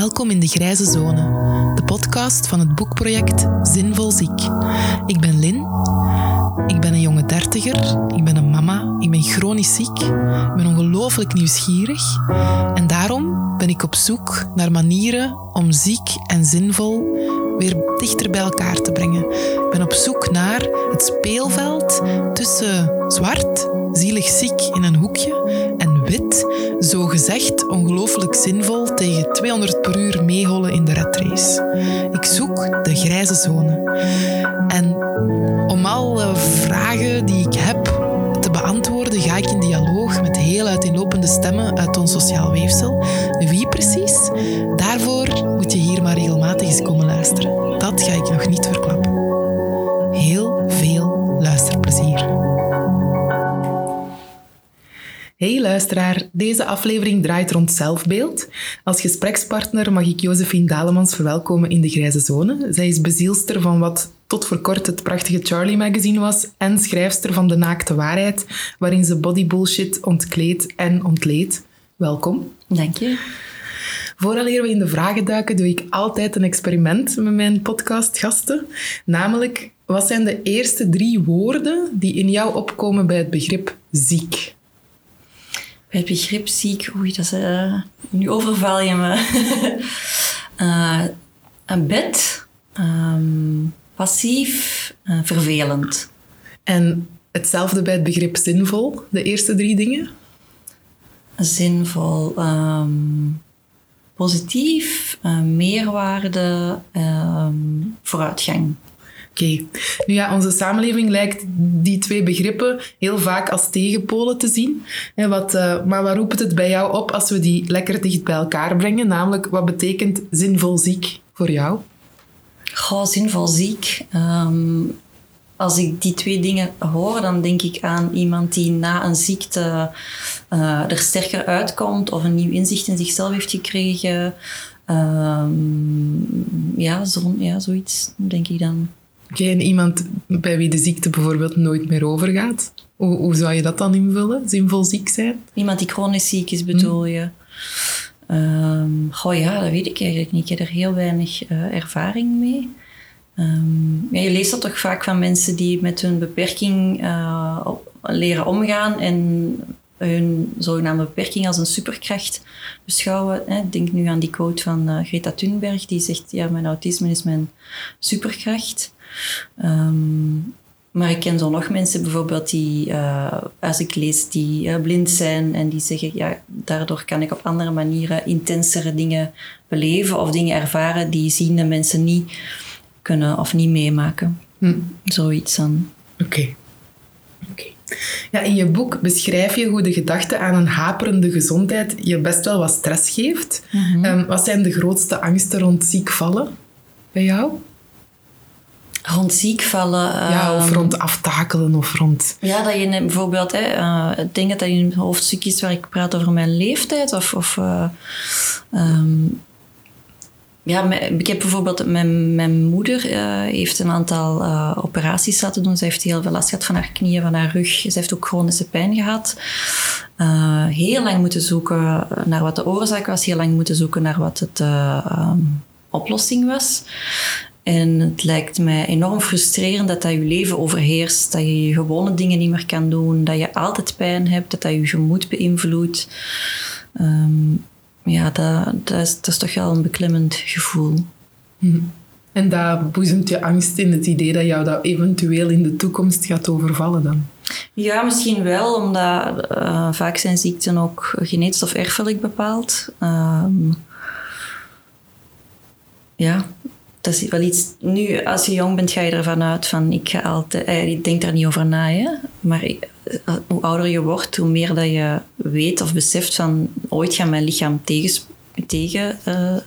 Welkom in de Grijze Zone, de podcast van het boekproject Zinvol Ziek. Ik ben Lin, ik ben een jonge dertiger, ik ben een mama, ik ben chronisch ziek, ik ben ongelooflijk nieuwsgierig en daarom ben ik op zoek naar manieren om ziek en zinvol weer dichter bij elkaar te brengen. Ik ben op zoek naar het speelveld tussen zwart, zielig ziek in een hoekje, en wit, zogezegd ongelooflijk zinvol tegen 200 per uur meehollen in de redrace. Ik zoek de grijze zone. En om alle vragen die ik heb te beantwoorden, ga ik in dialoog met heel uiteenlopende stemmen uit ons sociaal weefsel. Wie precies? Daarvoor moet je hier maar regelmatig eens komen luisteren. Dat ga ik nog niet verklappen. Heel veel luisterplezier. Hey luisteraar, deze aflevering draait rond zelfbeeld. Als gesprekspartner mag ik Josephine Dalemans verwelkomen in de Grijze Zone. Zij is bezielster van wat tot voor kort het prachtige Charlie magazine was en schrijfster van De Naakte Waarheid, waarin ze bodybullshit ontkleedt en ontleedt. Welkom. Dank je. Vooraleer we in de vragen duiken, doe ik altijd een experiment met mijn podcastgasten. Namelijk, wat zijn de eerste 3 woorden die in jou opkomen bij het begrip ziek? Bij het begrip ziek, oei, dat is... nu overval je me. Een bed, passief, vervelend. En hetzelfde bij het begrip zinvol, de eerste 3 dingen? Zinvol, positief, meerwaarde, vooruitgang. Oké. Nu ja, onze samenleving lijkt die 2 begrippen heel vaak als tegenpolen te zien. Maar waar roept het bij jou op als we die lekker dicht bij elkaar brengen? Namelijk, wat betekent zinvol ziek voor jou? Goh, zinvol ziek. Als ik die 2 dingen hoor, dan denk ik aan iemand die na een ziekte er sterker uitkomt of een nieuw inzicht in zichzelf heeft gekregen. Zoiets, denk ik dan. Oké, en iemand bij wie de ziekte bijvoorbeeld nooit meer overgaat? Hoe zou je dat dan invullen, zinvol ziek zijn? Iemand die chronisch ziek is, bedoel je? Dat weet ik eigenlijk niet. Ik heb er heel weinig ervaring mee. Je leest dat toch vaak van mensen die met hun beperking leren omgaan en hun zogenaamde beperking als een superkracht beschouwen. Ik denk nu aan die quote van Greta Thunberg, die zegt, ja, mijn autisme is mijn superkracht. Maar ik ken zo nog mensen bijvoorbeeld die, als ik lees, die blind zijn en die zeggen, ja, daardoor kan ik op andere manieren intensere dingen beleven of dingen ervaren die ziende mensen niet kunnen of niet meemaken. Zoiets dan. Oké. Ja, in je boek beschrijf je hoe de gedachte aan een haperende gezondheid je best wel wat stress geeft. Mm-hmm. Wat zijn de grootste angsten rond ziek vallen bij jou? Rond ziek vallen... of rond aftakelen of rond... Ja, dat je bijvoorbeeld... ik denk dat dat in het hoofdstuk is waar ik praat over mijn leeftijd. Ik heb bijvoorbeeld... Mijn moeder heeft een aantal operaties laten doen. Ze heeft heel veel last gehad van haar knieën, van haar rug. Ze heeft ook chronische pijn gehad. Heel lang moeten zoeken naar wat de oorzaak was. Heel lang moeten zoeken naar wat de oplossing was. En het lijkt mij enorm frustrerend dat je leven overheerst. Dat je je gewone dingen niet meer kan doen. Dat je altijd pijn hebt. Dat je gemoed beïnvloedt. Dat is toch wel een beklemmend gevoel. En dat boezemt je angst in het idee dat jou dat eventueel in de toekomst gaat overvallen dan? Ja, misschien wel, omdat vaak zijn ziekten ook genetisch of erfelijk bepaald. Dat is wel iets... Nu, als je jong bent, ga je ervan uit van... Ik denk daar niet over na, hè. Maar hoe ouder je wordt, hoe meer dat je weet of beseft van... Ooit gaat mijn lichaam tegenpruttelen,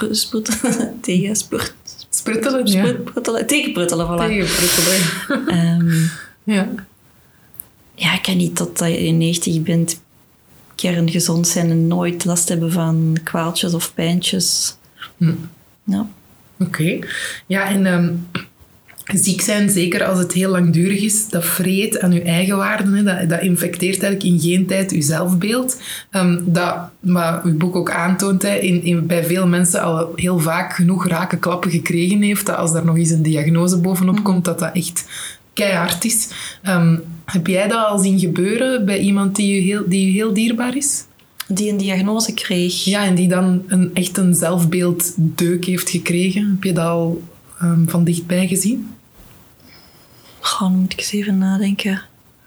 voilà. Ik kan niet totdat je 90 bent kerngezond zijn en nooit last hebben van kwaaltjes of pijntjes. Ja. Oké. Ja, en ziek zijn, zeker als het heel langdurig is, dat vreet aan je eigen waarden. Hè. Dat infecteert eigenlijk in geen tijd je zelfbeeld. Dat, wat uw boek ook aantoont, hè, bij veel mensen al heel vaak genoeg rake klappen gekregen heeft, dat als daar nog eens een diagnose bovenop komt, dat echt keihard is. Heb jij dat al zien gebeuren bij iemand die je heel dierbaar is? Die een diagnose kreeg. Ja, en die dan echt een zelfbeelddeuk heeft gekregen. Heb je dat al van dichtbij gezien? Goh, dan moet ik eens even nadenken.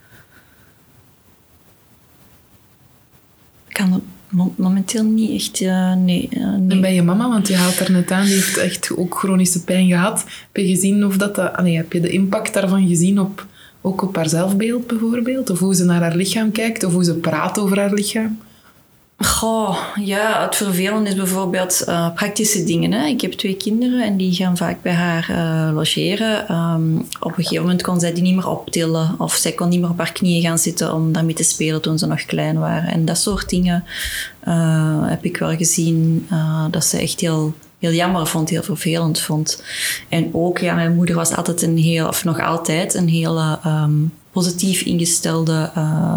Ik kan het momenteel niet echt... nee. En bij je mama, want je haalt daar net aan, die heeft echt ook chronische pijn gehad. Heb je gezien of heb je de impact daarvan gezien ook op haar zelfbeeld bijvoorbeeld? Of hoe ze naar haar lichaam kijkt? Of hoe ze praat over haar lichaam? Goh, ja, het vervelende is bijvoorbeeld praktische dingen. Hè. Ik heb 2 kinderen en die gaan vaak bij haar logeren. Op een gegeven moment kon zij die niet meer optillen of zij kon niet meer op haar knieën gaan zitten om daarmee te spelen toen ze nog klein waren. En dat soort dingen heb ik wel gezien dat ze echt heel jammer vond, heel vervelend vond. En ook, ja, mijn moeder was altijd nog altijd een hele positief ingestelde,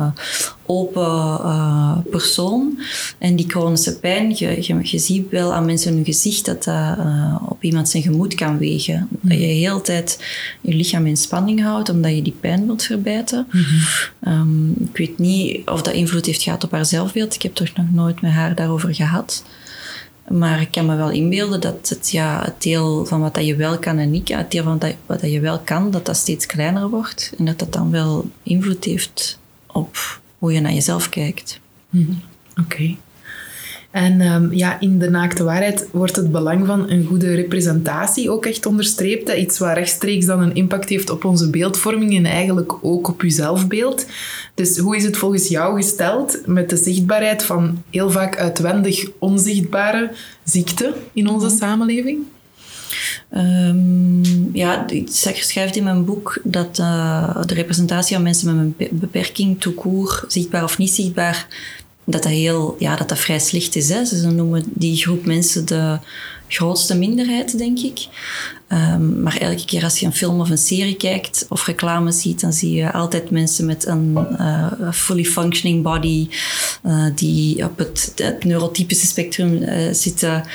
open persoon. En die chronische pijn, je ziet wel aan mensen hun gezicht dat dat op iemand zijn gemoed kan wegen. Dat je de hele tijd je lichaam in spanning houdt, omdat je die pijn wilt verbijten. Ik weet niet of dat invloed heeft gehad op haar zelfbeeld. Ik heb toch nog nooit met haar daarover gehad. Maar ik kan me wel inbeelden dat het deel van wat dat je wel kan en niet kan, het deel van wat dat je wel kan, dat steeds kleiner wordt. En dat dan wel invloed heeft op hoe je naar jezelf kijkt. Oké. En in De Naakte Waarheid wordt het belang van een goede representatie ook echt onderstreept. Hè? Iets wat rechtstreeks dan een impact heeft op onze beeldvorming en eigenlijk ook op je zelfbeeld. Dus hoe is het volgens jou gesteld met de zichtbaarheid van heel vaak uitwendig onzichtbare ziekten in onze samenleving? Ik schrijf in mijn boek dat de representatie van mensen met een beperking, tout court, zichtbaar of niet zichtbaar, dat vrij slecht is. Hè? Ze noemen die groep mensen de grootste minderheid, denk ik. Maar elke keer als je een film of een serie kijkt of reclame ziet, dan zie je altijd mensen met een fully functioning body die op het neurotypische spectrum zitten.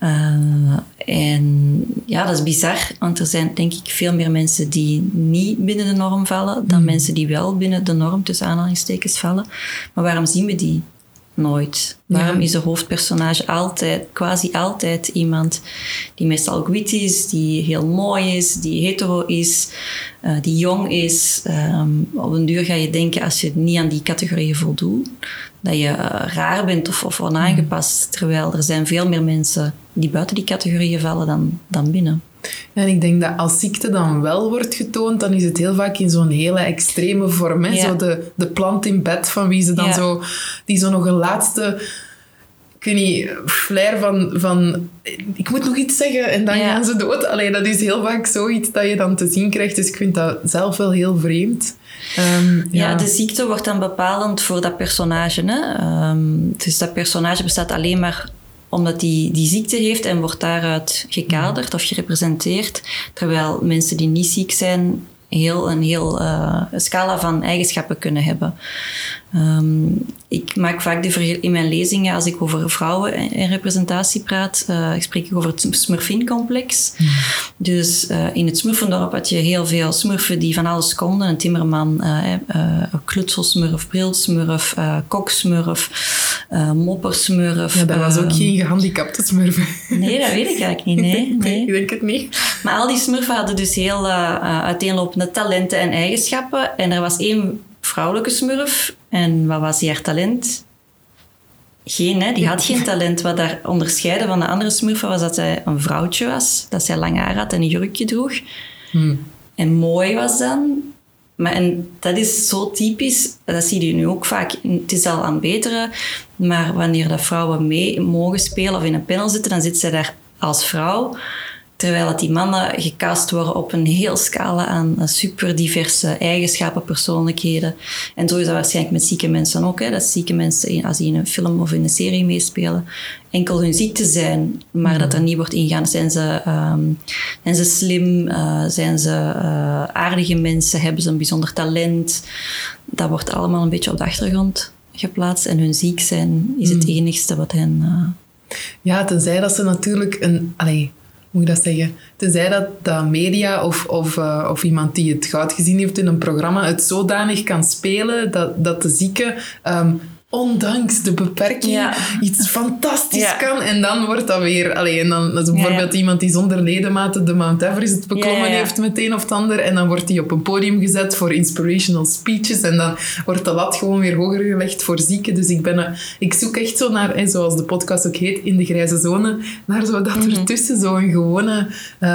En ja, dat is bizar, want er zijn denk ik veel meer mensen die niet binnen de norm vallen dan mensen die wel binnen de norm, tussen aanhalingstekens, vallen. Maar waarom zien we die nooit? Waarom is de hoofdpersonage quasi altijd iemand die meestal wit is, die heel mooi is, die hetero is, die jong is? Op een duur ga je denken, als je niet aan die categorieën voldoet, dat je raar bent of onaangepast. Terwijl er zijn veel meer mensen die buiten die categorieën vallen dan binnen. En ik denk dat als ziekte dan wel wordt getoond, dan is het heel vaak in zo'n hele extreme vorm. Hè? Ja. Zo de plant in bed, van wie ze dan die zo nog een laatste, ik weet niet, flair van ik moet nog iets zeggen en dan gaan ze dood. Allee, dat is heel vaak zoiets dat je dan te zien krijgt. Dus ik vind dat zelf wel heel vreemd. De ziekte wordt dan bepalend voor dat personage. Hè? Dus dat personage bestaat alleen maar omdat die ziekte heeft en wordt daaruit gekaderd of gerepresenteerd. Terwijl mensen die niet ziek zijn een heel scala van eigenschappen kunnen hebben. Ik maak vaak in mijn lezingen, als ik over vrouwen en representatie praat, spreek ik over het Smurfin-complex. Dus in het Smurfendorp had je heel veel smurfen die van alles konden. Een timmerman, klutselsmurf, brilsmurf, koksmurf, moppersmurf. Ja, daar was ook geen gehandicapte smurfen. Nee, dat weet ik eigenlijk niet. Nee. Ik denk het niet. Maar al die smurfen hadden dus heel uiteenlopende talenten en eigenschappen. En er was 1 vrouwelijke smurf. En wat was haar talent? Geen, hè? Die had geen talent. Wat daar onderscheidde van de andere smurfen was dat zij een vrouwtje was. Dat zij lang haar had en een jurkje droeg. En mooi was dan. En dat is zo typisch. Dat zie je nu ook vaak. Het is al aan het beteren. Maar wanneer dat vrouwen mee mogen spelen of in een panel zitten, dan zit zij daar als vrouw. Terwijl dat die mannen gecast worden op een heel scala aan super diverse eigenschappen, persoonlijkheden. En zo is dat waarschijnlijk met zieke mensen ook. Hè? Dat zieke mensen, als die in een film of in een serie meespelen, enkel hun ziekte zijn, maar dat er niet wordt ingegaan. Zijn ze slim? Zijn ze aardige mensen? Hebben ze een bijzonder talent? Dat wordt allemaal een beetje op de achtergrond geplaatst. En hun ziek zijn is het enigste wat hen... Ja, tenzij dat ze natuurlijk hoe moet je dat zeggen? Tenzij dat media of iemand die het goud gezien heeft in een programma het zodanig kan spelen dat de zieke... ondanks de beperking iets fantastisch kan. En dan wordt dat weer... en dan is bijvoorbeeld iemand die zonder ledematen de Mount Everest beklommen heeft met een of het ander. En dan wordt die op een podium gezet voor inspirational speeches. En dan wordt de lat gewoon weer hoger gelegd voor zieken. Dus ik zoek echt zo naar, zoals de podcast ook heet, in de grijze zone, naar zo dat ertussen, zo'n gewone...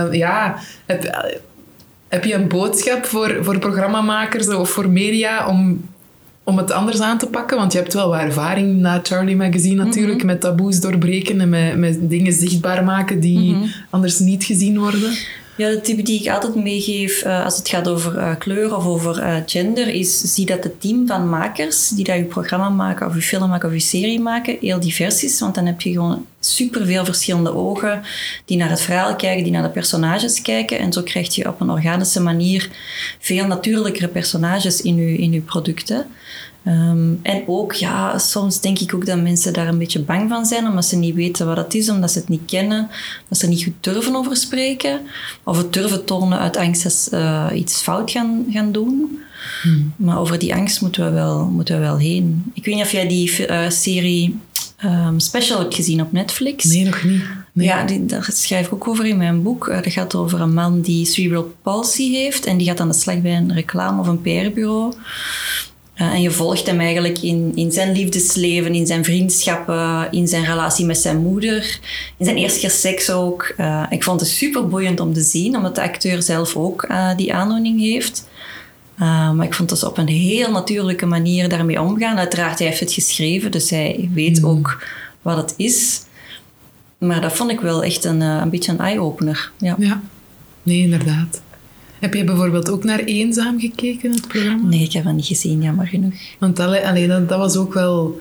Heb je een boodschap voor programmamakers of voor media om het anders aan te pakken? Want je hebt wel wat ervaring na Charlie Magazine natuurlijk, met taboes doorbreken en met dingen zichtbaar maken die anders niet gezien worden. Ja, de tip die ik altijd meegeef als het gaat over kleur of over gender is, zie dat het team van makers die dat je programma maken of je film maken of je serie maken heel divers is, want dan heb je gewoon superveel verschillende ogen die naar het verhaal kijken, die naar de personages kijken en zo krijg je op een organische manier veel natuurlijkere personages in je producten. En ook, soms denk ik ook dat mensen daar een beetje bang van zijn, omdat ze niet weten wat het is, omdat ze het niet kennen, dat ze er niet goed durven over spreken, of het durven tonen uit angst dat ze iets fout gaan doen. Maar over die angst moeten we wel heen. Ik weet niet of jij die serie Special hebt gezien op Netflix. Nee, nog niet. Nee. Ja, daar schrijf ik ook over in mijn boek. Dat gaat over een man die cerebral palsy heeft en die gaat aan de slag bij een reclame of een PR-bureau. En je volgt hem eigenlijk in zijn liefdesleven, in zijn vriendschappen, in zijn relatie met zijn moeder, in zijn eerste keer seks ook. Ik vond het super boeiend om te zien, omdat de acteur zelf ook die aandoening heeft. Maar ik vond dat ze op een heel natuurlijke manier daarmee omgaan. Uiteraard, hij heeft het geschreven, dus hij weet ook wat het is. Maar dat vond ik wel echt een beetje een eye-opener. Ja, nee, inderdaad. Heb je bijvoorbeeld ook naar Eenzaam gekeken, het programma? Nee, ik heb dat niet gezien, jammer genoeg. Want dat was ook wel...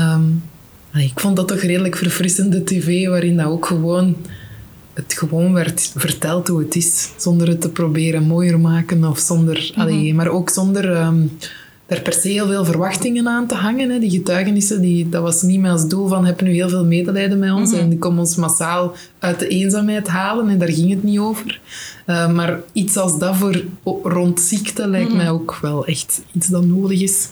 ik vond dat toch redelijk verfrissende tv, waarin dat ook het gewoon werd verteld hoe het is, zonder het te proberen mooier maken, of zonder... maar ook zonder... daar per se heel veel verwachtingen aan te hangen. Hè. Die getuigenissen, dat was niet met als doel van heb nu heel veel medelijden met ons en die komen ons massaal uit de eenzaamheid halen. En daar ging het niet over. Maar iets als dat rond ziekte lijkt mij ook wel echt iets dat nodig is.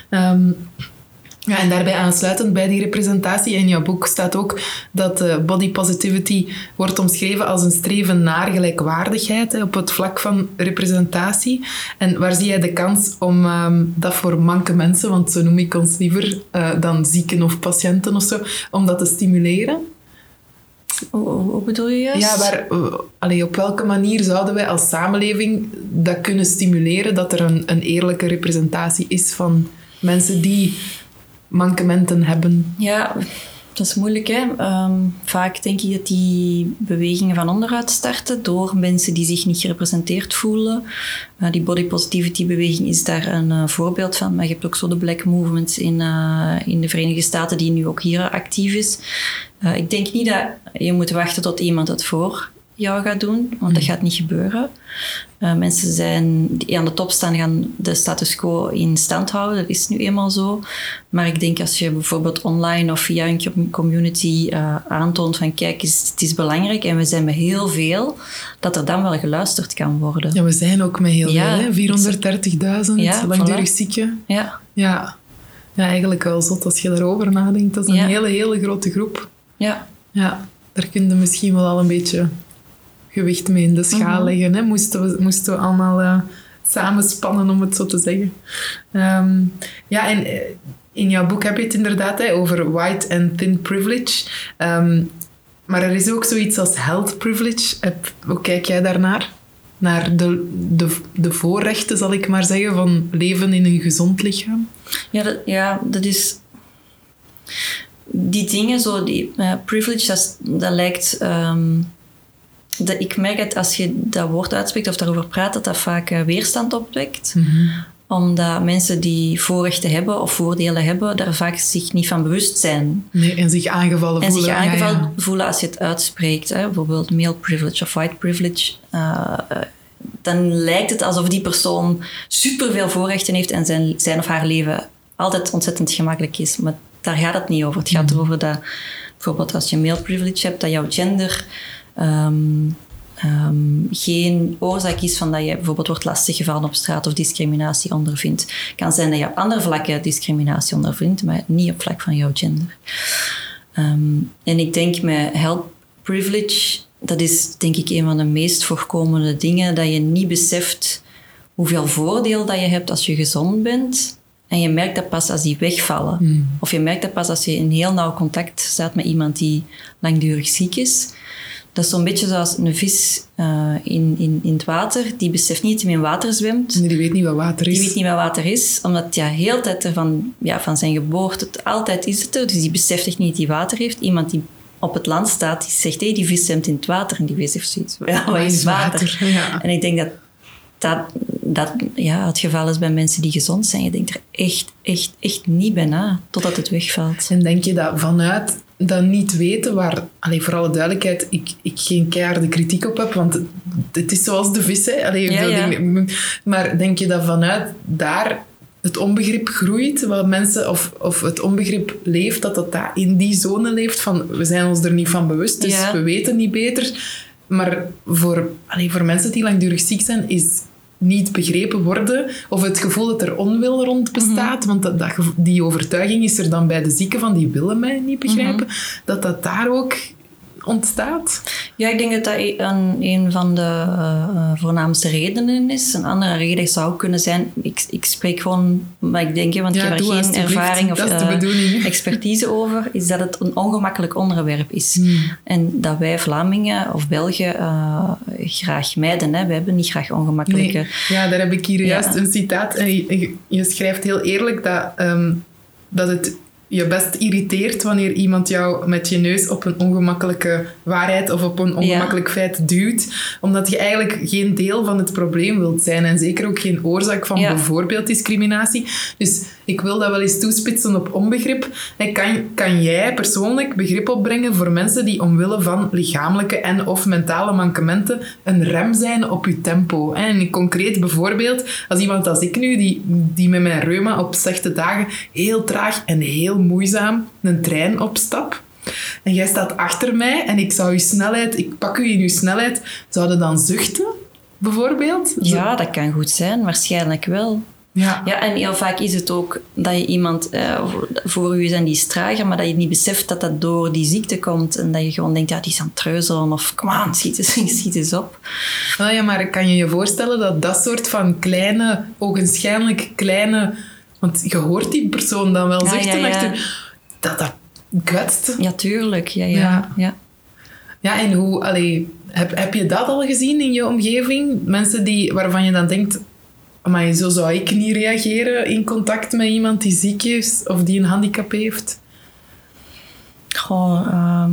En daarbij aansluitend bij die representatie, in jouw boek staat ook dat body positivity wordt omschreven als een streven naar gelijkwaardigheid op het vlak van representatie. En waar zie jij de kans om dat voor manke mensen, want zo noem ik ons liever dan zieken of patiënten of zo, om dat te stimuleren? Hoe bedoel je juist? Ja, op welke manier zouden wij als samenleving dat kunnen stimuleren, dat er een eerlijke representatie is van mensen die mankementen hebben? Ja, dat is moeilijk, hè. Vaak denk ik dat die bewegingen van onderuit starten door mensen die zich niet gerepresenteerd voelen. Die body positivity beweging is daar een voorbeeld van. Maar je hebt ook zo de Black Movement in de Verenigde Staten die nu ook hier actief is. Ik denk niet dat je moet wachten tot iemand het voor jou gaat doen, want dat gaat niet gebeuren. Mensen die aan de top staan gaan de status quo in stand houden. Dat is nu eenmaal zo. Maar ik denk als je bijvoorbeeld online of via een community aantoont van kijk, het is belangrijk en we zijn met heel veel, dat er dan wel geluisterd kan worden. Ja, we zijn ook met heel veel, 430.000 langdurig zieken. Ja, eigenlijk wel zot als je daarover nadenkt. Dat is een hele grote groep. Ja, daar kun je misschien wel al een beetje gewicht mee in de schaal leggen. Hè? Moesten we allemaal samenspannen, om het zo te zeggen. En in jouw boek heb je het inderdaad over white and thin privilege. Maar er is ook zoiets als health privilege. Hoe kijk jij daarnaar? Naar de voorrechten, zal ik maar zeggen, van leven in een gezond lichaam? Dat is... Die dingen, zo die privilege, dat lijkt... ik merk dat als je dat woord uitspreekt of daarover praat, dat vaak weerstand opwekt. Omdat mensen die voorrechten hebben of voordelen hebben, daar vaak zich niet van bewust zijn. Nee, en zich aangevallen voelen. En zich aangevallen voelen als je het uitspreekt. Hè? Bijvoorbeeld male privilege of white privilege. Dan lijkt het alsof die persoon superveel voorrechten heeft en zijn of haar leven altijd ontzettend gemakkelijk is. Maar daar gaat het niet over. Het gaat erover dat, bijvoorbeeld als je male privilege hebt, dat jouw gender geen oorzaak is van dat je bijvoorbeeld wordt lastiggevallen op straat of discriminatie ondervindt. Het kan zijn dat je op andere vlakken discriminatie ondervindt, maar niet op vlak van jouw gender. En ik denk met health privilege, dat is denk ik een van de meest voorkomende dingen, dat je niet beseft hoeveel voordeel dat je hebt als je gezond bent. En je merkt dat pas als die wegvallen. Of je merkt dat pas als je in heel nauw contact staat met iemand die langdurig ziek is. Dat is zo'n beetje zoals een vis in het water. Die beseft niet dat hij in water zwemt. Nee, die weet niet wat water is. Die weet niet wat water is, omdat hij heel de tijd van zijn geboorte altijd is het er. Dus die beseft echt niet dat hij water heeft. Iemand die op het land staat, die zegt, hey, die vis zwemt in het water. En die vis heeft zoiets, wat is water? Ja. En ik denk dat het geval is bij mensen die gezond zijn. Je denkt er echt niet bij na, totdat het wegvalt. En denk je dat vanuit dat niet weten, waar, voor alle duidelijkheid, ik geen keiharde kritiek op heb, want het is zoals de vis, hè? Maar denk je dat vanuit daar het onbegrip groeit, wat mensen, of het onbegrip leeft, dat in die zone leeft van, we zijn ons er niet van bewust, dus we weten niet beter. Maar voor mensen die langdurig ziek zijn, is niet begrepen worden, of het gevoel dat er onwil rond bestaat, want die overtuiging is er dan bij de zieken van, die willen mij niet begrijpen, dat daar ook ontstaat? Ja, ik denk dat dat een van de voornaamste redenen is. Een andere reden zou kunnen zijn, ik spreek gewoon wat ik denk, want ik heb er geen ervaring of expertise over, is dat het een ongemakkelijk onderwerp is. En dat wij Vlamingen of Belgen graag mijden. Hè. Wij hebben niet graag ongemakkelijke... Nee. Ja, daar heb ik hier juist een citaat. En je schrijft heel eerlijk dat het je best irriteert wanneer iemand jou met je neus op een ongemakkelijke waarheid of op een ongemakkelijk feit duwt, omdat je eigenlijk geen deel van het probleem wilt zijn en zeker ook geen oorzaak van bijvoorbeeld discriminatie. Dus ik wil dat wel eens toespitsen op onbegrip. Kan jij persoonlijk begrip opbrengen voor mensen die omwille van lichamelijke en of mentale mankementen een rem zijn op je tempo? En een concreet bijvoorbeeld, als iemand als ik nu, die met mijn reuma op slechte dagen heel traag en heel moeizaam een trein opstap, en jij staat achter mij en ik pak u in uw snelheid, zou je dan zuchten, bijvoorbeeld? Ja, dat kan goed zijn, waarschijnlijk wel. Ja, en heel vaak is het ook dat je iemand voor u is en die is trager, maar dat je niet beseft dat dat door die ziekte komt en dat je gewoon denkt, die is aan het treuzelen of kom aan, schiet eens op. Ja, maar kan je je voorstellen dat soort van kleine, ogenschijnlijk kleine, want je hoort die persoon dan wel zuchten achter, dat kwetst. Ja, tuurlijk. Ja. Ja, en hoe, heb je dat al gezien in je omgeving? Mensen waarvan je dan denkt, maar zo zou ik niet reageren in contact met iemand die ziek is of die een handicap heeft? Goh,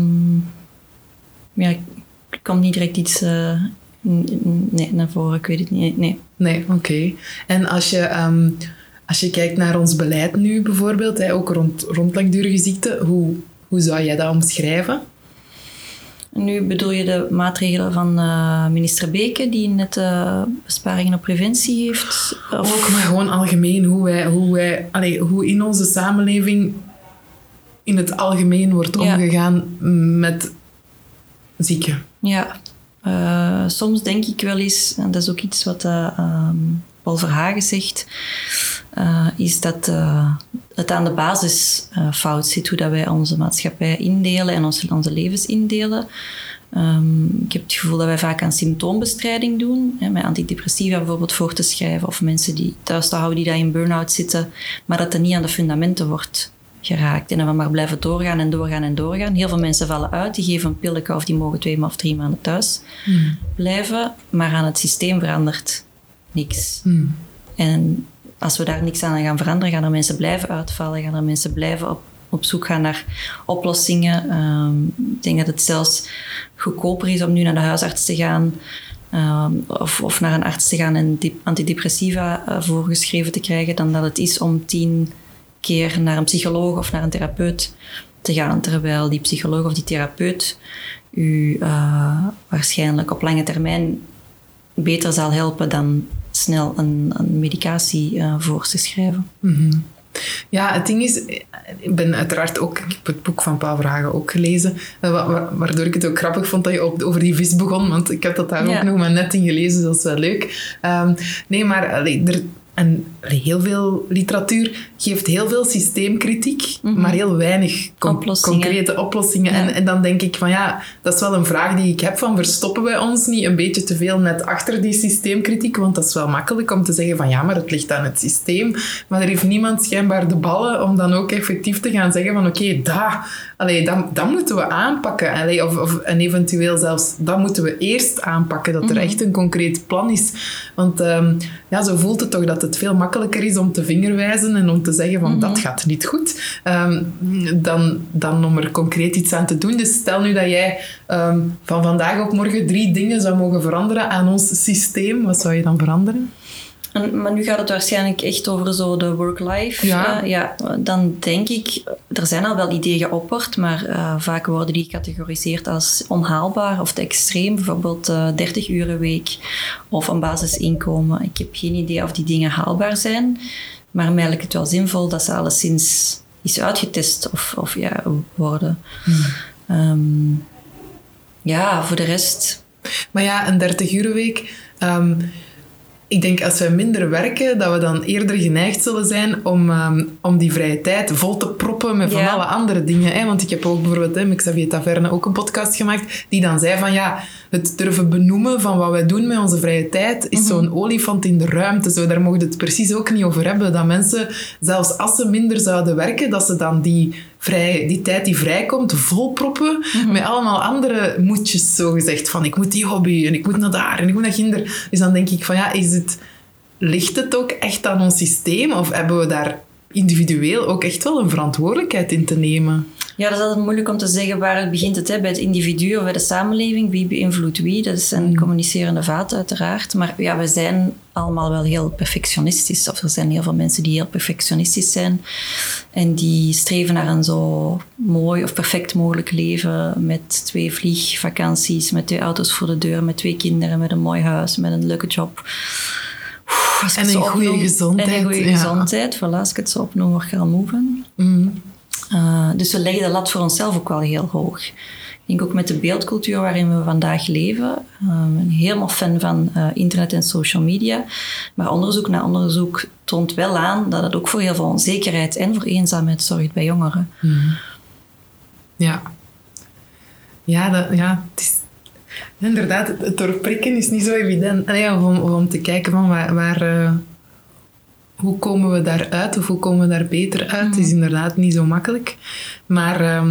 er komt niet direct iets naar voren, ik weet het niet. Nee, oké. En als je kijkt naar ons beleid nu bijvoorbeeld, ook rond langdurige ziekte, hoe zou jij dat omschrijven? Nu bedoel je de maatregelen van minister Beke, die net besparingen op preventie heeft? Of? Ook, maar gewoon algemeen hoe in onze samenleving in het algemeen wordt omgegaan met zieken. Ja, soms denk ik wel eens, en dat is ook iets wat Paul Verhagen zegt, is dat het aan de basis fout zit, hoe dat wij onze maatschappij indelen en onze levens indelen. Ik heb het gevoel dat wij vaak aan symptoombestrijding doen, met antidepressiva bijvoorbeeld voor te schrijven, of mensen die thuis te houden die daar in burn-out zitten, maar dat er niet aan de fundamenten wordt geraakt. En dat we maar blijven doorgaan. Heel veel mensen vallen uit, die geven een pilletje of die mogen 2 of 3 maanden thuis blijven, maar aan het systeem verandert niks. En als we daar niks aan gaan veranderen, gaan er mensen blijven uitvallen, gaan er mensen blijven op zoek gaan naar oplossingen. Ik denk dat het zelfs goedkoper is om nu naar de huisarts te gaan of naar een arts te gaan en antidepressiva voorgeschreven te krijgen dan dat het is om 10 keer naar een psycholoog of naar een therapeut te gaan. Terwijl die psycholoog of die therapeut u waarschijnlijk op lange termijn beter zal helpen dan snel een medicatie voor te schrijven. Mm-hmm. Ja, het ding is, ik ben uiteraard ook, ik heb het boek van Paul Verhagen ook gelezen, waardoor ik het ook grappig vond dat je over die vis begon, want ik heb dat daar ook nog maar net in gelezen, dat is wel leuk. Nee, maar heel veel literatuur geeft heel veel systeemkritiek, maar heel weinig concrete oplossingen. Ja. En dan denk ik van dat is wel een vraag die ik heb van verstoppen wij ons niet een beetje te veel net achter die systeemkritiek, want dat is wel makkelijk om te zeggen van maar het ligt aan het systeem, maar er heeft niemand schijnbaar de ballen om dan ook effectief te gaan zeggen van oké, dat moeten we aanpakken. En eventueel zelfs, dat moeten we eerst aanpakken, dat er echt een concreet plan is. Want zo voelt het toch dat het veel makkelijker is om te vingerwijzen en om te zeggen van dat gaat niet goed, dan om er concreet iets aan te doen. Dus stel nu dat jij van vandaag op morgen 3 dingen zou mogen veranderen aan ons systeem, wat zou je dan veranderen? Maar nu gaat het waarschijnlijk echt over zo de work-life. Dan denk ik, er zijn al wel ideeën geopperd, maar vaak worden die gecategoriseerd als onhaalbaar of te extreem. Bijvoorbeeld 30 uur een week of een basisinkomen. Ik heb geen idee of die dingen haalbaar zijn, maar mij lijkt het wel zinvol dat ze alleszins is uitgetest of worden. Voor de rest... Maar een 30 uur een week... Ik denk als wij minder werken, dat we dan eerder geneigd zullen zijn om die vrije tijd vol te proppen met van alle andere dingen. Hè? Want ik heb ook bijvoorbeeld met Xavier Taverne ook een podcast gemaakt die dan zei van het durven benoemen van wat wij doen met onze vrije tijd is zo'n olifant in de ruimte. Zo, daar mogen we het precies ook niet over hebben. Dat mensen, zelfs als ze minder zouden werken, dat ze dan die tijd die vrijkomt volproppen met allemaal andere moetjes, zogezegd. Van ik moet die hobby en ik moet naar daar en ik moet naar ginder. Dus dan denk ik van ligt het ook echt aan ons systeem of hebben we daar individueel ook echt wel een verantwoordelijkheid in te nemen? Ja, dat is altijd moeilijk om te zeggen waar begint het, bij het individu of bij de samenleving. Wie beïnvloedt wie? Dat is een communicerende vaat uiteraard. Maar we zijn allemaal wel heel perfectionistisch. Of er zijn heel veel mensen die heel perfectionistisch zijn. En die streven naar een zo mooi of perfect mogelijk leven. Met 2 vliegvakanties, met 2 auto's voor de deur, met 2 kinderen, met een mooi huis, met een leuke job. En een goede gezondheid. En een goede gezondheid. Voilà, als ik het zo opnoem, word ik er al moe van. Dus we leggen de lat voor onszelf ook wel heel hoog. Ik denk ook met de beeldcultuur waarin we vandaag leven. Ik ben helemaal fan van internet en social media. Maar onderzoek na onderzoek toont wel aan dat het ook voor heel veel onzekerheid en voor eenzaamheid zorgt bij jongeren. Het is... Inderdaad, het doorprikken is niet zo evident. Om te kijken van hoe komen we daaruit of hoe komen we daar beter uit, is inderdaad niet zo makkelijk. Maar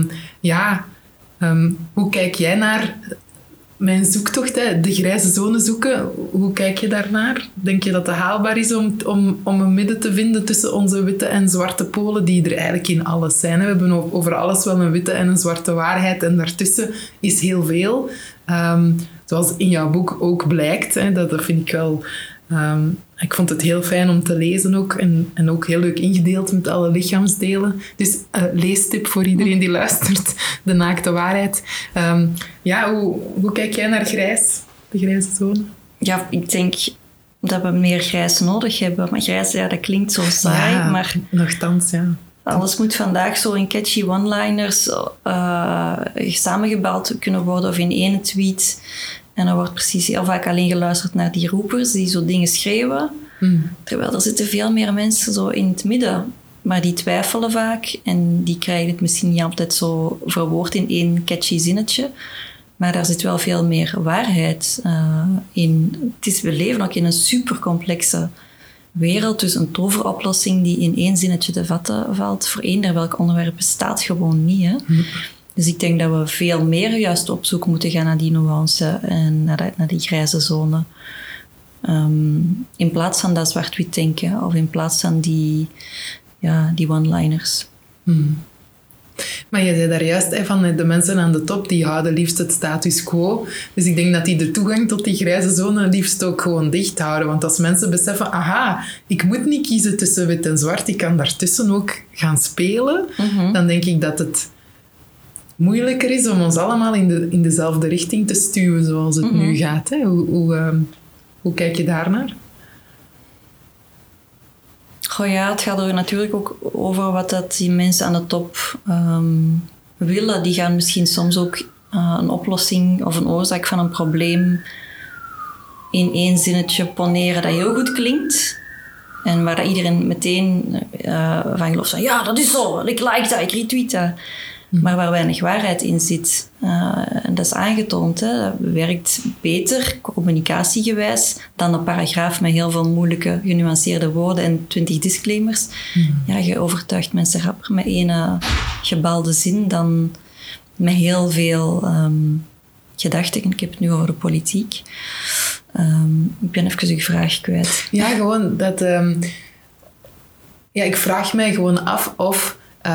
hoe kijk jij naar mijn zoektocht, de grijze zone zoeken? Hoe kijk je daarnaar? Denk je dat het haalbaar is om een midden te vinden tussen onze witte en zwarte polen, die er eigenlijk in alles zijn? We hebben over alles wel een witte en een zwarte waarheid en daartussen is heel veel. Zoals in jouw boek ook blijkt, dat vind ik wel... ik vond het heel fijn om te lezen ook en ook heel leuk ingedeeld met alle lichaamsdelen. Dus leestip voor iedereen die luistert, De Naakte Waarheid. Hoe kijk jij naar grijs, de grijze zone? Ja, ik denk dat we meer grijs nodig hebben. Maar grijs, dat klinkt zo saai. Maar nochtans, alles moet vandaag zo in catchy one-liners samengebouwd kunnen worden of in 1 tweet. En dan wordt precies heel vaak alleen geluisterd naar die roepers die zo dingen schreeuwen. Terwijl er zitten veel meer mensen zo in het midden. Maar die twijfelen vaak en die krijgen het misschien niet altijd zo verwoord in 1 catchy zinnetje. Maar daar zit wel veel meer waarheid in. We leven ook in een supercomplexe wereld. Dus een toveroplossing die in 1 zinnetje te vatten valt voor eender welk onderwerp bestaat gewoon niet. Hè? Dus ik denk dat we veel meer juist op zoek moeten gaan naar die nuance en naar die grijze zone. In plaats van dat zwart-wit denken of in plaats van die one-liners. Maar je zei daar juist van de mensen aan de top, die houden liefst het status quo. Dus ik denk dat die de toegang tot die grijze zone liefst ook gewoon dicht houden. Want als mensen beseffen, aha, ik moet niet kiezen tussen wit en zwart, ik kan daartussen ook gaan spelen, dan denk ik dat het moeilijker is om ons allemaal in dezelfde richting te stuwen zoals het nu gaat. Hè? Hoe kijk je daarnaar? Goh ja, het gaat er natuurlijk ook over wat dat die mensen aan de top willen. Die gaan misschien soms ook een oplossing of een oorzaak van een probleem in één zinnetje poneren dat heel goed klinkt. En waar dat iedereen meteen van gelooft van ja, dat is zo, ik like dat, ik retweet dat. Maar waar weinig waarheid in zit. En dat is aangetoond. Hè. Dat werkt beter, communicatiegewijs, dan een paragraaf met heel veel moeilijke, genuanceerde woorden en 20 disclaimers. Ja, je overtuigt mensen rapper met één gebalde zin dan met heel veel gedachten. Ik heb het nu over de politiek. Ik ben even uw vraag kwijt. Ja, gewoon dat... ik vraag mij gewoon af of...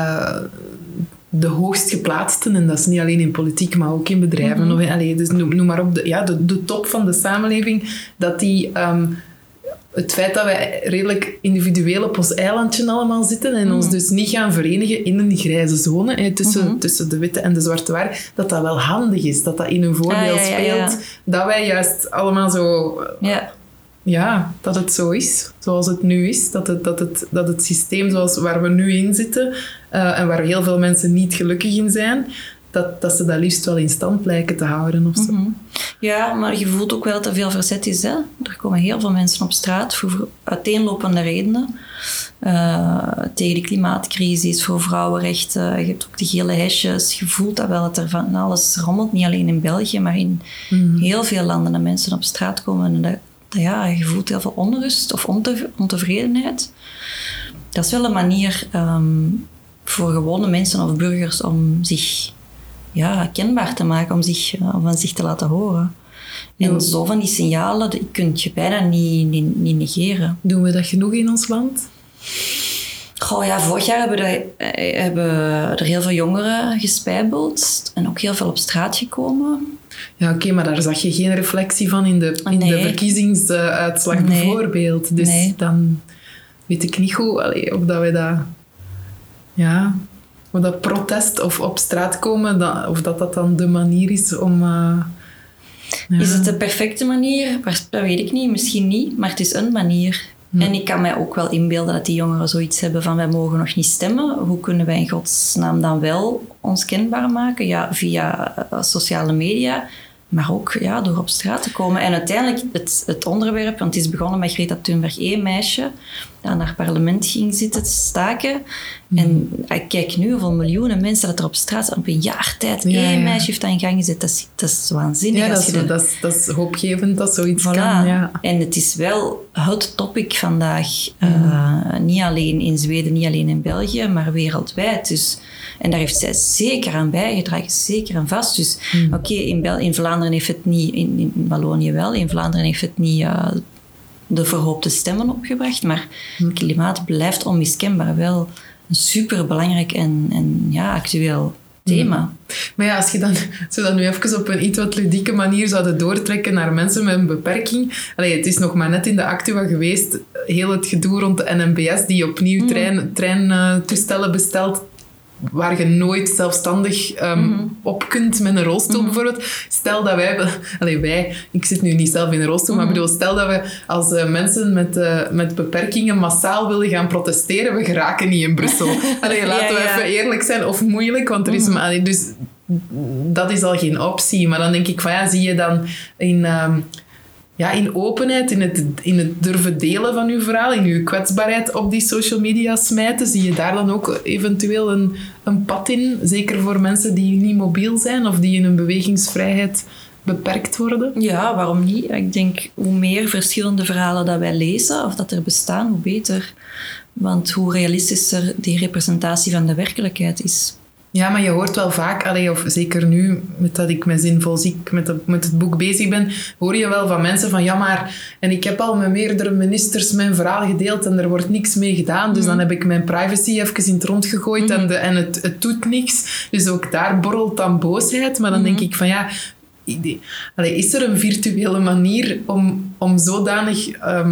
de hoogst geplaatsten, en dat is niet alleen in politiek, maar ook in bedrijven. Of, dus noem maar op, de top van de samenleving, dat die... het feit dat wij redelijk individueel op ons eilandje allemaal zitten en ons dus niet gaan verenigen in een grijze zone tussen de witte en de zwarte waar, dat wel handig is, dat in een voordeel speelt. Dat wij juist allemaal zo... Ja, dat het zo is, zoals het nu is. Dat het systeem waar we nu in zitten en waar heel veel mensen niet gelukkig in zijn, dat ze dat liefst wel in stand lijken te houden of zo. Ja, maar je voelt ook wel dat er veel verzet is. Hè? Er komen heel veel mensen op straat voor uiteenlopende redenen. Tegen de klimaatcrisis, voor vrouwenrechten. Je hebt ook de gele hesjes. Je voelt dat wel, dat er van alles rommelt. Niet alleen in België, maar in heel veel landen dat mensen op straat komen. En je voelt heel veel onrust of ontevredenheid. Dat is wel een manier voor gewone mensen of burgers om zich kenbaar te maken, om van zich te laten horen. En zo van die signalen, die kun je bijna niet negeren. Doen we dat genoeg in ons land? Goh, ja, vorig jaar hebben er heel veel jongeren gespijbeld en ook heel veel op straat gekomen. Ja, oké, maar daar zag je geen reflectie van in de verkiezingsuitslag bijvoorbeeld. Dus dan weet ik niet goed of dat wij dat... Ja, of dat protest of op straat komen, of dat dan de manier is om... Is het de perfecte manier? Dat weet ik niet, misschien niet, maar het is een manier. En ik kan mij ook wel inbeelden dat die jongeren zoiets hebben van wij mogen nog niet stemmen. Hoe kunnen wij in godsnaam dan wel ons kenbaar maken? Ja, via sociale media, maar ook door op straat te komen. En uiteindelijk het onderwerp, want het is begonnen met Greta Thunberg, één meisje dat aan haar parlement ging zitten te staken. En ik kijk nu hoeveel miljoenen mensen dat er op straat zijn. Op een jaar tijd één meisje heeft dat in gang gezet. Dat is waanzinnig. Ja, dat is hoopgevend dat zoiets kan. Ja. En het is wel het topic vandaag. Niet alleen in Zweden, niet alleen in België, maar wereldwijd. Dus, en daar heeft zij zeker aan bijgedragen, zeker en vast. Dus in Vlaanderen heeft het niet, in Wallonië wel, in Vlaanderen heeft het niet... de verhoopte stemmen opgebracht, maar klimaat blijft onmiskenbaar wel een superbelangrijk en actueel thema. Maar ja, als je dan zo dat nu even op een iets wat ludieke manier zouden doortrekken naar mensen met een beperking. Het is nog maar net in de actua geweest, heel het gedoe rond de NMBS, die opnieuw treintoestellen bestelt, waar je nooit zelfstandig op kunt met een rolstoel bijvoorbeeld. Stel dat ik zit nu niet zelf in een rolstoel, maar bedoel, stel dat we als mensen met beperkingen massaal willen gaan protesteren, we geraken niet in Brussel. Laten we even eerlijk zijn, of moeilijk, want er is... Dus dat is al geen optie. Maar dan denk ik van zie je dan in openheid, in het durven delen van uw verhaal, in uw kwetsbaarheid op die social media smijten, zie je daar dan ook eventueel een pad in? Zeker voor mensen die niet mobiel zijn of die in hun bewegingsvrijheid beperkt worden? Ja, waarom niet? Ik denk, hoe meer verschillende verhalen dat wij lezen, of dat er bestaan, hoe beter. Want hoe realistischer die representatie van de werkelijkheid is. Ja, maar je hoort wel vaak, of zeker nu, met dat ik met Zinvol Ziek, met het boek bezig ben, hoor je wel van mensen van, ja maar, en ik heb al met meerdere ministers mijn verhaal gedeeld en er wordt niks mee gedaan, dus dan heb ik mijn privacy even in het rond gegooid en het doet niks. Dus ook daar borrelt dan boosheid, maar dan denk ik van, ja, is er een virtuele manier om zodanig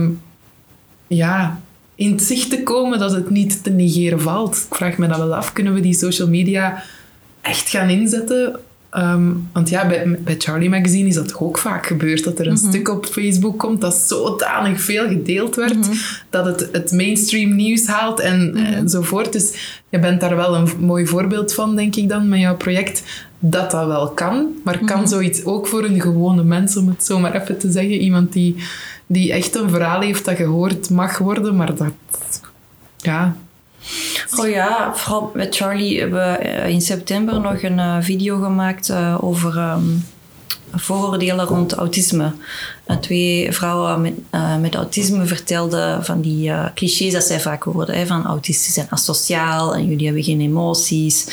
in het zicht te komen dat het niet te negeren valt? Ik vraag me dat wel af. Kunnen we die social media echt gaan inzetten? Want ja, bij Charlie Magazine is dat toch ook vaak gebeurd, dat er een stuk op Facebook komt dat zodanig veel gedeeld werd, dat het mainstream nieuws haalt enzovoort. Dus je bent daar wel een mooi voorbeeld van, denk ik dan, met jouw project, dat wel kan. Maar kan zoiets ook voor een gewone mens, om het zo maar even te zeggen, iemand die echt een verhaal heeft dat gehoord mag worden, maar dat... Ja... Oh ja, vooral met Charlie hebben we in september nog een video gemaakt over vooroordelen rond autisme. 2 vrouwen met autisme vertelden van die clichés dat zij vaak hoorden. Van autisten zijn asociaal en jullie hebben geen emoties.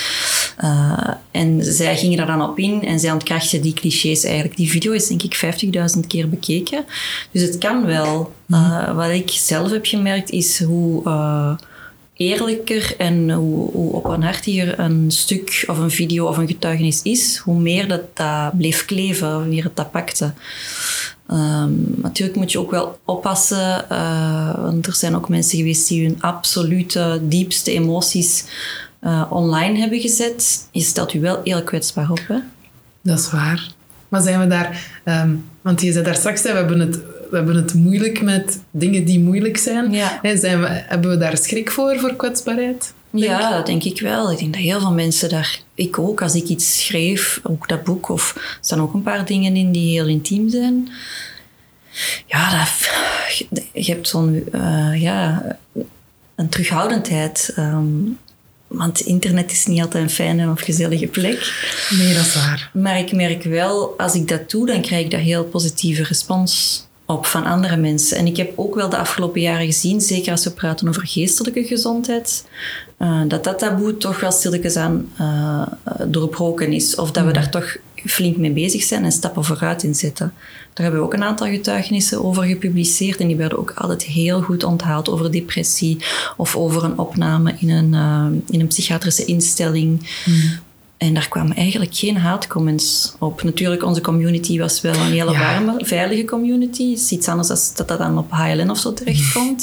En zij gingen daar dan op in en zij ontkrachten die clichés eigenlijk. Die video is denk ik 50.000 keer bekeken. Dus het kan wel. Wat ik zelf heb gemerkt is hoe... eerlijker en hoe openhartiger een stuk of een video of een getuigenis is, hoe meer dat bleef kleven, hoe meer het dat pakte. Natuurlijk moet je ook wel oppassen, want er zijn ook mensen geweest die hun absolute diepste emoties online hebben gezet. Je stelt je wel heel kwetsbaar op, hè? Dat is waar. Maar zijn we daar... want je zei daar straks, we hebben het moeilijk met dingen die moeilijk zijn. Ja. Hebben we daar schrik voor kwetsbaarheid? Ja, dat denk ik wel. Ik denk dat heel veel mensen daar... Ik ook, als ik iets schreef, ook dat boek, of er staan ook een paar dingen in die heel intiem zijn. Ja, je hebt zo'n... een terughoudendheid... want internet is niet altijd een fijne of gezellige plek. Nee, dat is waar. Maar ik merk wel, als ik dat doe, dan krijg ik daar heel positieve respons op van andere mensen. En ik heb ook wel de afgelopen jaren gezien, zeker als we praten over geestelijke gezondheid, dat taboe toch wel stilletjes aan doorbroken is. Of dat we daar toch flink mee bezig zijn en stappen vooruit in zetten. Daar hebben we ook een aantal getuigenissen over gepubliceerd en die werden ook altijd heel goed onthaald over depressie of over een opname in een psychiatrische instelling. En daar kwamen eigenlijk geen haatcomments op. Natuurlijk, onze community was wel een hele warme, veilige community. Het is iets anders dan dat dan op HLN of zo terechtkomt.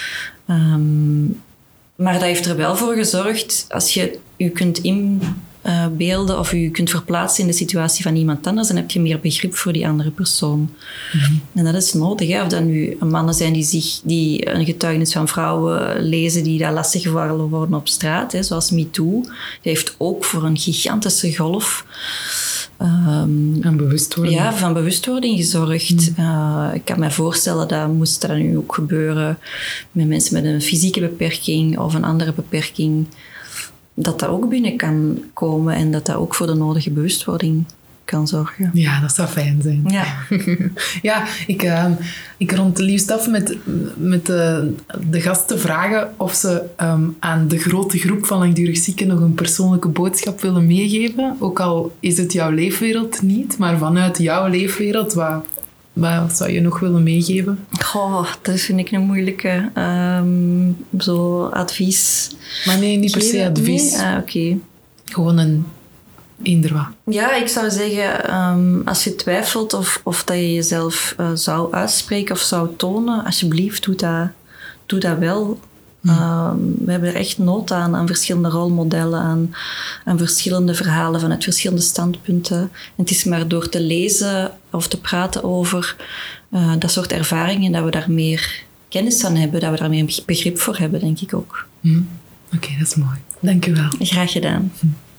Maar dat heeft er wel voor gezorgd, als je je kunt inbeelden of je kunt verplaatsen in de situatie van iemand anders, dan heb je meer begrip voor die andere persoon. En dat is nodig. Hè? Of dat nu mannen zijn die een getuigenis van vrouwen lezen die daar lastiggevallen worden op straat, hè? Zoals MeToo. Die heeft ook voor een gigantische golf van bewustwording. Ja, van bewustwording gezorgd. Ik kan me voorstellen dat moest dat nu ook gebeuren met mensen met een fysieke beperking of een andere beperking, dat ook binnen kan komen en dat ook voor de nodige bewustwording kan zorgen. Ja, dat zou fijn zijn. Ja, ja, ik rond het liefst af met de gasten vragen of ze aan de grote groep van langdurig zieken nog een persoonlijke boodschap willen meegeven. Ook al is het jouw leefwereld niet, maar vanuit jouw leefwereld, wat zou je nog willen meegeven? Goh, dat vind ik een moeilijke. Zo advies. Maar nee, niet per se advies. Nee? Oké. Gewoon eender wat. Ja, ik zou zeggen, als je twijfelt of dat je jezelf zou uitspreken of zou tonen, alsjeblieft, doe dat wel. We hebben er echt nood aan verschillende rolmodellen, aan verschillende verhalen vanuit verschillende standpunten. En het is maar door te lezen of te praten over dat soort ervaringen dat we daar meer kennis aan hebben, dat we daar meer begrip voor hebben, denk ik ook. Oké, dat is mooi. Dank u wel. Graag gedaan.